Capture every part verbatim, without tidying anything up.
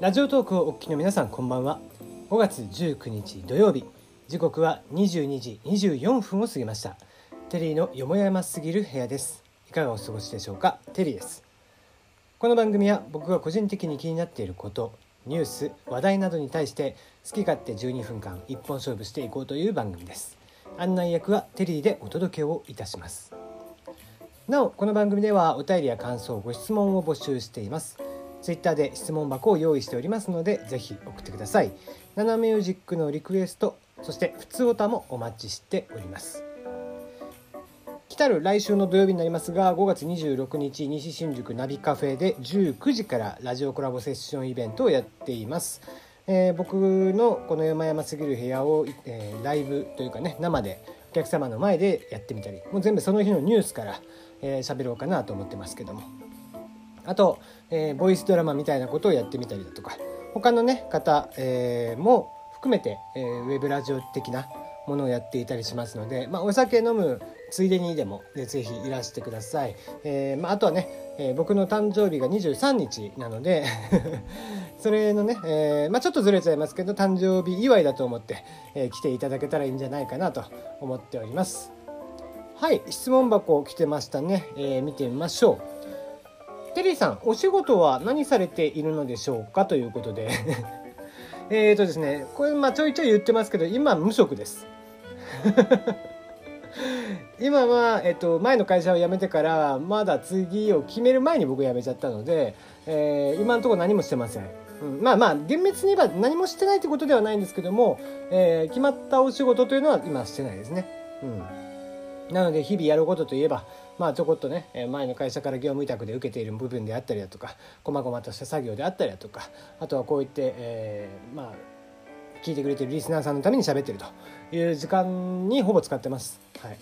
ラジオトークをお聞きの皆さん、こんばんは。ごがつじゅうくにち土曜日、時刻はにじゅうにじにじゅうよんぷんを過ぎました。テリーのよもやますぎる部屋です。いかがお過ごしでしょうか。テリーです。この番組は僕が個人的に気になっていること、ニュース、話題などに対して好き勝手じゅうにふんかん一本勝負していこうという番組です。案内役はテリーでお届けをいたします。なお、この番組ではお便りや感想、ご質問を募集しています。ツイッターで質問箱を用意しておりますので、ぜひ送ってください。ナナミュージックのリクエスト、そしてふつおたもお待ちしております。来たる来週の土曜日になりますが、ごがつにじゅうろくにち、西新宿ナビカフェでじゅうくじからラジオコラボセッションイベントをやっています。えー、僕のこの山々すぎる部屋を、えー、ライブというかね、生でお客様の前でやってみたり、もう全部その日のニュースからえー、喋ろうかなと思ってますけども、あと、えー、ボイスドラマみたいなことをやってみたりだとか、他のね方、えー、も含めて、えー、ウェブラジオ的なものをやっていたりしますので、まあ、お酒飲むついでにでも、ね、ぜひいらしてください。えーまあ、あとはね、えー、僕の誕生日がにじゅうさんにちなのでそれのね、えーまあ、ちょっとずれちゃいますけど、誕生日祝いだと思って、えー、来ていただけたらいいんじゃないかなと思っております。はい、質問箱来てましたね。えー、見てみましょう。テリーさん、お仕事は何されているのでしょうか、ということでえーとですね、これまあちょいちょい言ってますけど、今無職です今は、えっと、前の会社を辞めてからまだ次を決める前に僕辞めちゃったので、えー、今のところ何もしてません。うん、まあまあ厳密に言えば何もしてないということではないんですけども、えー、決まったお仕事というのは今してないですね。うんなので日々やることといえば、まあちょこっとね、前の会社から業務委託で受けている部分であったりだとか、細々とした作業であったりだとか、あとはこういって、えー、まあ聞いてくれているリスナーさんのために喋ってるという時間にほぼ使ってます。はい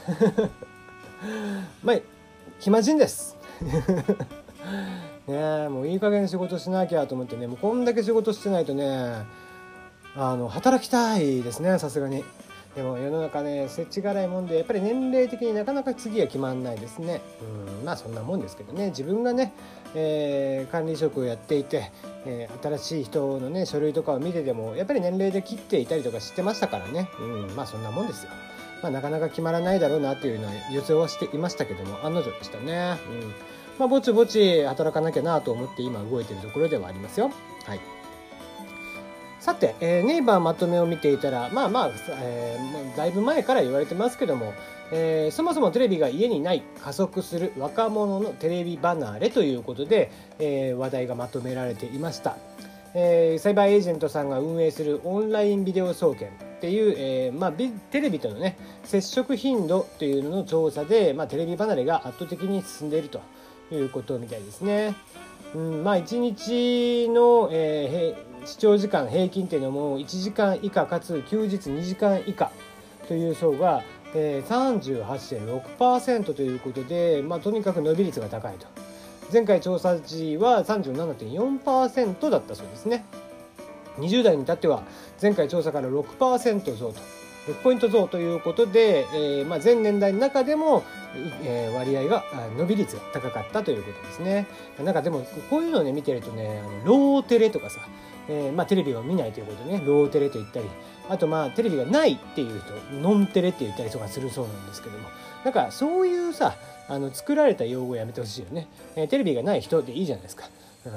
まあ暇人ですねえ、もういい加減仕事しなきゃと思ってね、もうこんだけ仕事してないとね、あの働きたいですね、さすがに。でも世の中ね、せちがらいもんで、やっぱり年齢的になかなか次は決まんないですね。うんまあそんなもんですけどね、自分がね、えー、管理職をやっていて、えー、新しい人のね書類とかを見ててもやっぱり年齢で切っていたりとかしてましたからね。うんまあそんなもんですよ。まあ、なかなか決まらないだろうなっていうのは予想はしていましたけども、案の定でしたね。うんまあぼちぼち働かなきゃなと思って今動いているところではありますよ。はい。さて、えー、ネイバーまとめを見ていたら、まあまあ、えー、だいぶ前から言われてますけども、えー、そもそもテレビが家にない加速する若者のテレビ離れということで、えー、話題がまとめられていました。えー、サイバーエージェントさんが運営するオンラインビデオ送検っていう、えーまあ、テレビとのね接触頻度というのの調査で、まあ、テレビ離れが圧倒的に進んでいるということみたいですね。うんまあ、いちにちの、えー視聴時間平均っていうのもいちじかん以下かつ休日にじかん以下という層が、えー、さんじゅうはちてんろくパーセント ということで、まあ、とにかく伸び率が高いと。前回調査時は さんじゅうななてんよんパーセント だったそうですね。にじゅう代に至っては前回調査から ろくパーセント 増とろくポイント増ということで、えーまあ、全年代の中でも、えー、割合が伸び率が高かったということですね。なんかでもこういうのをね見てるとね、あのローテレとかさ、えーまあ、テレビを見ないということでね、ローテレと言ったり、あとまあテレビがないっていう人ノンテレって言ったりとかするそうなんですけども、なんかそういうさ、あの作られた用語をやめてほしいよね。えー、テレビがない人でいいじゃないですか。うん、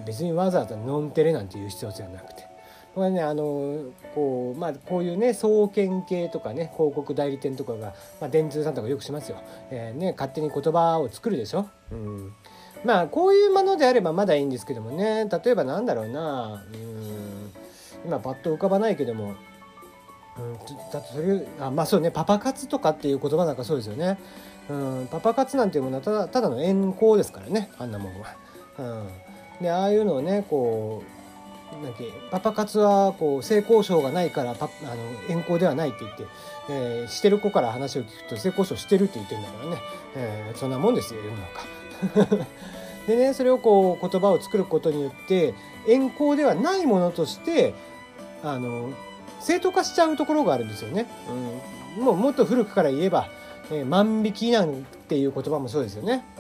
別にわざわざノンテレなんていう必要じゃなくて、これね、あのこうまあこういうね総研系とかね広告代理店とかが、まあ、電通さんとかよくしますよ。えー、ね勝手に言葉を作るでしょ。うんまあこういうものであればまだいいんですけどもね、例えばなんだろうな、うん今パッと浮かばないけども、うん、だってそれあまあそうね、パパ活とかっていう言葉なんかそうですよね。うん、パパ活なんていうものはただただの遠行ですからね、あんなもんは。うん、でああいうのをねこうなんかパパ活はこう性交渉がないからパあの遠行ではないって言って、えー、してる子から話を聞くと性交渉してるって言ってるんだからね、えー、そんなもんですよ世の中でね、それをこう言葉を作ることによって遠行ではないものとしてあの正当化しちゃうところがあるんですよね。うん、もうもっと古くから言えば、えー、万引きなんていう言葉もそうですよね。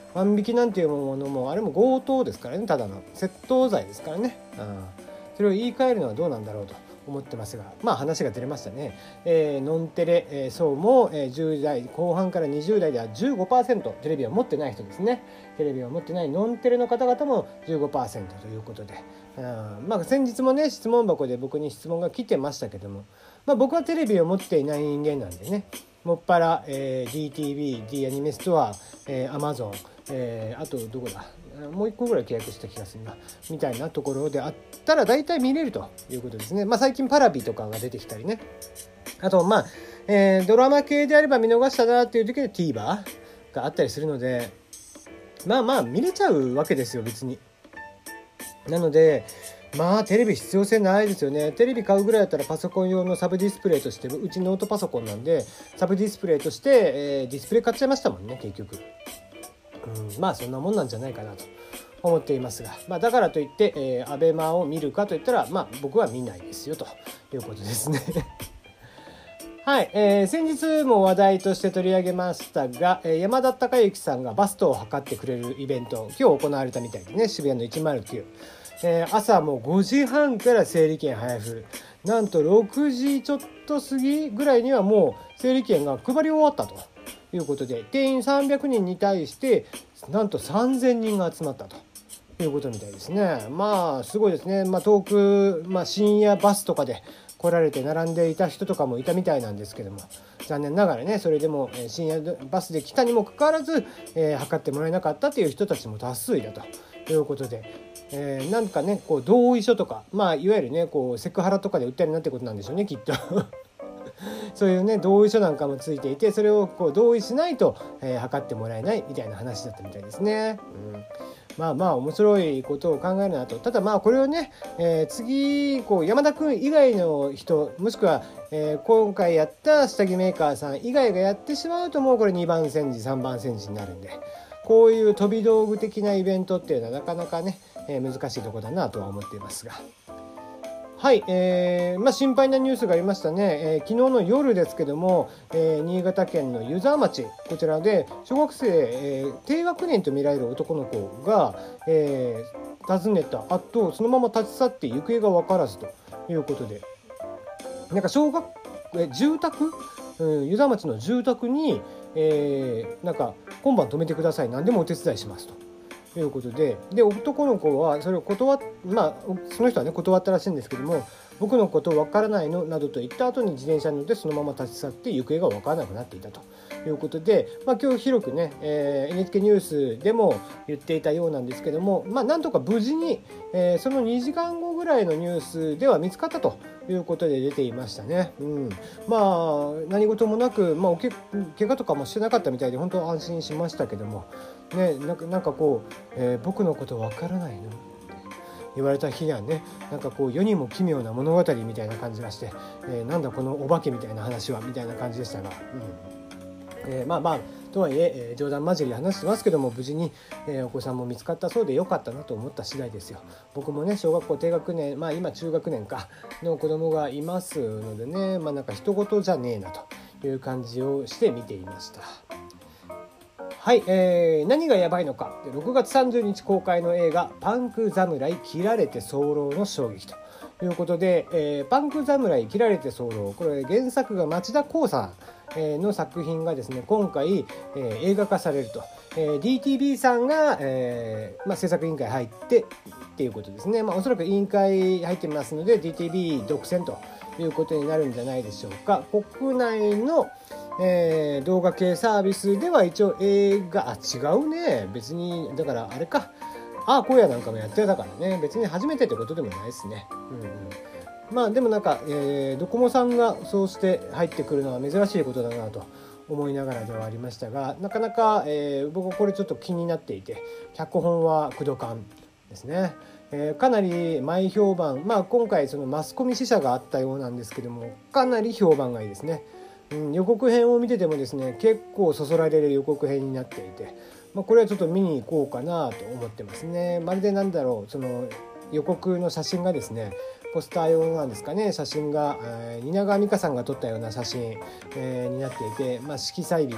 万引きなんていうものもあれも強盗ですからね、ただの窃盗罪ですからね、うん、それを言い換えるのはどうなんだろうと思ってますが、まあ話がずれましたね。えー、ノンテレ、えー、層も、えー、じゅう代後半からにじゅう代では じゅうごパーセント テレビを持ってない人ですね。テレビを持ってないノンテレの方々も じゅうごパーセント ということで、うん、まあ先日もね質問箱で僕に質問が来てましたけども、まあ、僕はテレビを持っていない人間なんでね、もっぱら、えー、ディーティービー、D アニメストア、えー、Amazon、えー、あとどこだもう一個ぐらい契約した気がするなみたいなところであったら大体見れるということですね。まあ最近パラビとかが出てきたりね、あとまあ、えー、ドラマ系であれば見逃したなっていう時で TVer があったりするので、まあまあ見れちゃうわけですよ別に。なのでまあテレビ必要性ないですよね。テレビ買うぐらいだったらパソコン用のサブディスプレイとして、うちノートパソコンなんでサブディスプレイとして、えー、ディスプレイ買っちゃいましたもんね結局。うん、まあそんなもんなんじゃないかなと思っていますが、まあ、だからといって、えー、アベマを見るかといったら、まあ、僕は見ないですよということですねはい、えー、先日も話題として取り上げましたが、えー、山田孝之さんがバストを測ってくれるイベント今日行われたみたいでね、渋谷のいちまるきゅう、えー、朝もうごじはんから整理券配布、なんとろくじちょっと過ぎぐらいにはもう整理券が配り終わったということで、定員さんびゃくにんに対してなんとさんぜんにんが集まったということみたいですね。まあすごいですね。まあ遠く、まあ、深夜バスとかで来られて並んでいた人とかもいたみたいなんですけども、残念ながらねそれでも深夜バスで来たにもかかわらず、えー、測ってもらえなかったという人たちも多数いたということで、えー、なんかねこう同意書とか、まあいわゆるねこうセクハラとかで訴えるなってことなんでしょうねきっとそういうね同意書なんかもついていて、それをこう同意しないと、えー、測ってもらえないみたいな話だったみたいですね。うん、まあまあ面白いことを考えるなと。ただまあこれをね、えー、次こう山田君以外の人、もしくは、えー、今回やった下着メーカーさん以外がやってしまうともうこれにばん煎じさんばん煎じになるんで、こういう飛び道具的なイベントっていうのはなかなかね、えー、難しいところだなとは思っていますが。はい、えーまあ、心配なニュースがありましたね。えー、昨日の夜ですけども、えー、新潟県の湯沢町、こちらで小学生、えー、低学年と見られる男の子が、えー、訪ねた後そのまま立ち去って行方が分からずということで、なんか小学え住宅、うん、湯沢町の住宅に、えー、なんか今晩泊めてください、何でもお手伝いしますとということで、で男の子はそれを断っまあその人はね断ったらしいんですけども、僕のことわからないのなどと言った後に自転車に乗ってそのまま立ち去って行方がわからなくなっていたということで、まあ、今日広くね、えー、エヌエイチケー ニュースでも言っていたようなんですけども、まあ、なんとか無事に、えー、そのにじかんごぐらいのニュースでは見つかったということで出ていましたね。うん、まあ何事もなく、まあ、おけ怪我とかもしてなかったみたいで本当安心しましたけども、ね、なんか、なんかこう、えー、僕のことわからないのって言われた日にはね、なんかこう世にも奇妙な物語みたいな感じがして、えー、なんだこのお化けみたいな話はみたいな感じでしたが、うんえー、まあまあとはいええー、冗談交じりで話してますけども無事に、えー、お子さんも見つかったそうでよかったなと思った次第ですよ。僕もね小学校低学年、まあ今中学年かの子供がいますのでね、まあなんか人事じゃねえなという感じをして見ていました。はい、えー、何がやばいのか。ろくがつさんじゅうにち公開の映画パンク侍切られて候の衝撃ということで、えー、パンク侍切られて候、これ原作が町田光さんの作品がですね今回、えー、映画化されると、えー、ディーティービー さんが、えーまあ、制作委員会入ってっていうことですね。まあ、おそらく委員会入ってますので ディーティービー 独占ということになるんじゃないでしょうか。国内のえー、動画系サービスでは一応映画あ違うね別にだからあれかあ荒野なんかもやってたからね別に初めてってことでもないですね。うんうん、まあでもなんか、えー、ドコモさんがそうして入ってくるのは珍しいことだなと思いながらではありましたが、なかなか、えー、僕これちょっと気になっていて、脚本は工藤館ですね。えー、かなり前評判、まあ今回そのマスコミ支社があったようなんですけどもかなり評判がいいですね。うん、予告編を見ててもですね結構そそられる予告編になっていて、まあ、これはちょっと見に行こうかなと思ってますね。まるでなんだろうその予告の写真がですねポスター用なんですかね、写真が、えー、蜷川美香さんが撮ったような写真、えー、になっていて、まあ、色彩美が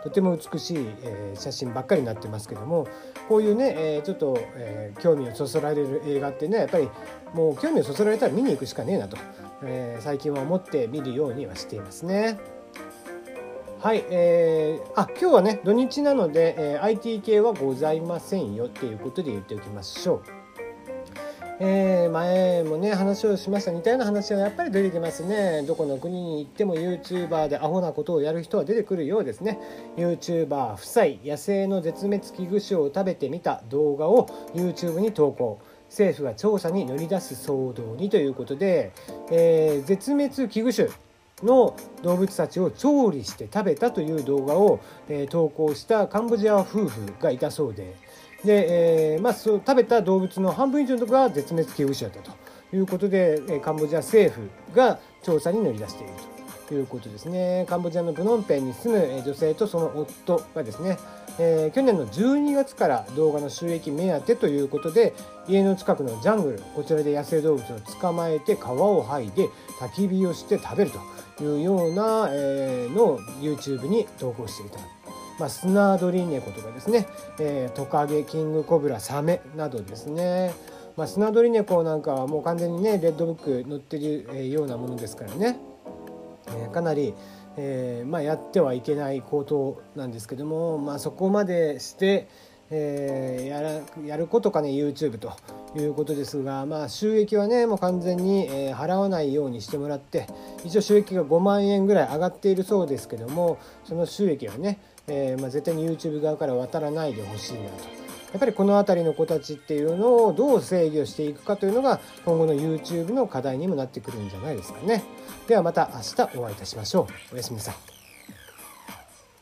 とても美しい、えー、写真ばっかりになってますけども、こういうね、えー、ちょっと、えー、興味をそそられる映画ってねやっぱりもう興味をそそられたら見に行くしかねえなと、えー、最近は思って見るようにはしていますね。はい、えー、あ今日はね土日なので、えー、アイティー 系はございませんよっていうことで言っておきましょう。えー、前もね話をしました似たような話はやっぱり出てきますね。どこの国に行っても YouTuber でアホなことをやる人は出てくるようですね。 YouTuber 夫妻野生の絶滅危惧種を食べてみた動画を YouTube に投稿、政府が調査に乗り出す騒動にということで、えー、絶滅危惧種の動物たちを調理して食べたという動画を、えー、投稿したカンボジア夫婦がいたそうで、で、えーまあ、そう食べた動物の半分以上のところが絶滅危惧種だったということで、えー、カンボジア政府が調査に乗り出しているということですね。カンボジアのプノンペンに住む女性とその夫がですね、えー、去年のじゅうにがつから動画の収益目当てということで家の近くのジャングル、こちらで野生動物を捕まえて皮を剥いで焚き火をして食べるというような、えー、のを YouTube に投稿していた。まあ、スナドリネコとかですね、えー、トカゲ、キングコブラ、サメなどですね。まあ、スナドリネコなんかはもう完全にねレッドブック載ってるようなものですからね、えー、かなり、えーまあ、やってはいけないことなんですけども、まあ、そこまでして、えー、やらやることかね YouTube ということですが、まあ、収益はねもう完全に、えー、払わないようにしてもらって、一応収益がごまんえんぐらい上がっているそうですけども、その収益はね、えーまあ、絶対に YouTube 側から渡らないでほしいなと。やっぱりこの辺りの子たちっていうのをどう制御していくかというのが今後の YouTube の課題にもなってくるんじゃないですかね。ではまた明日お会いいたしましょう。おやすみなさい。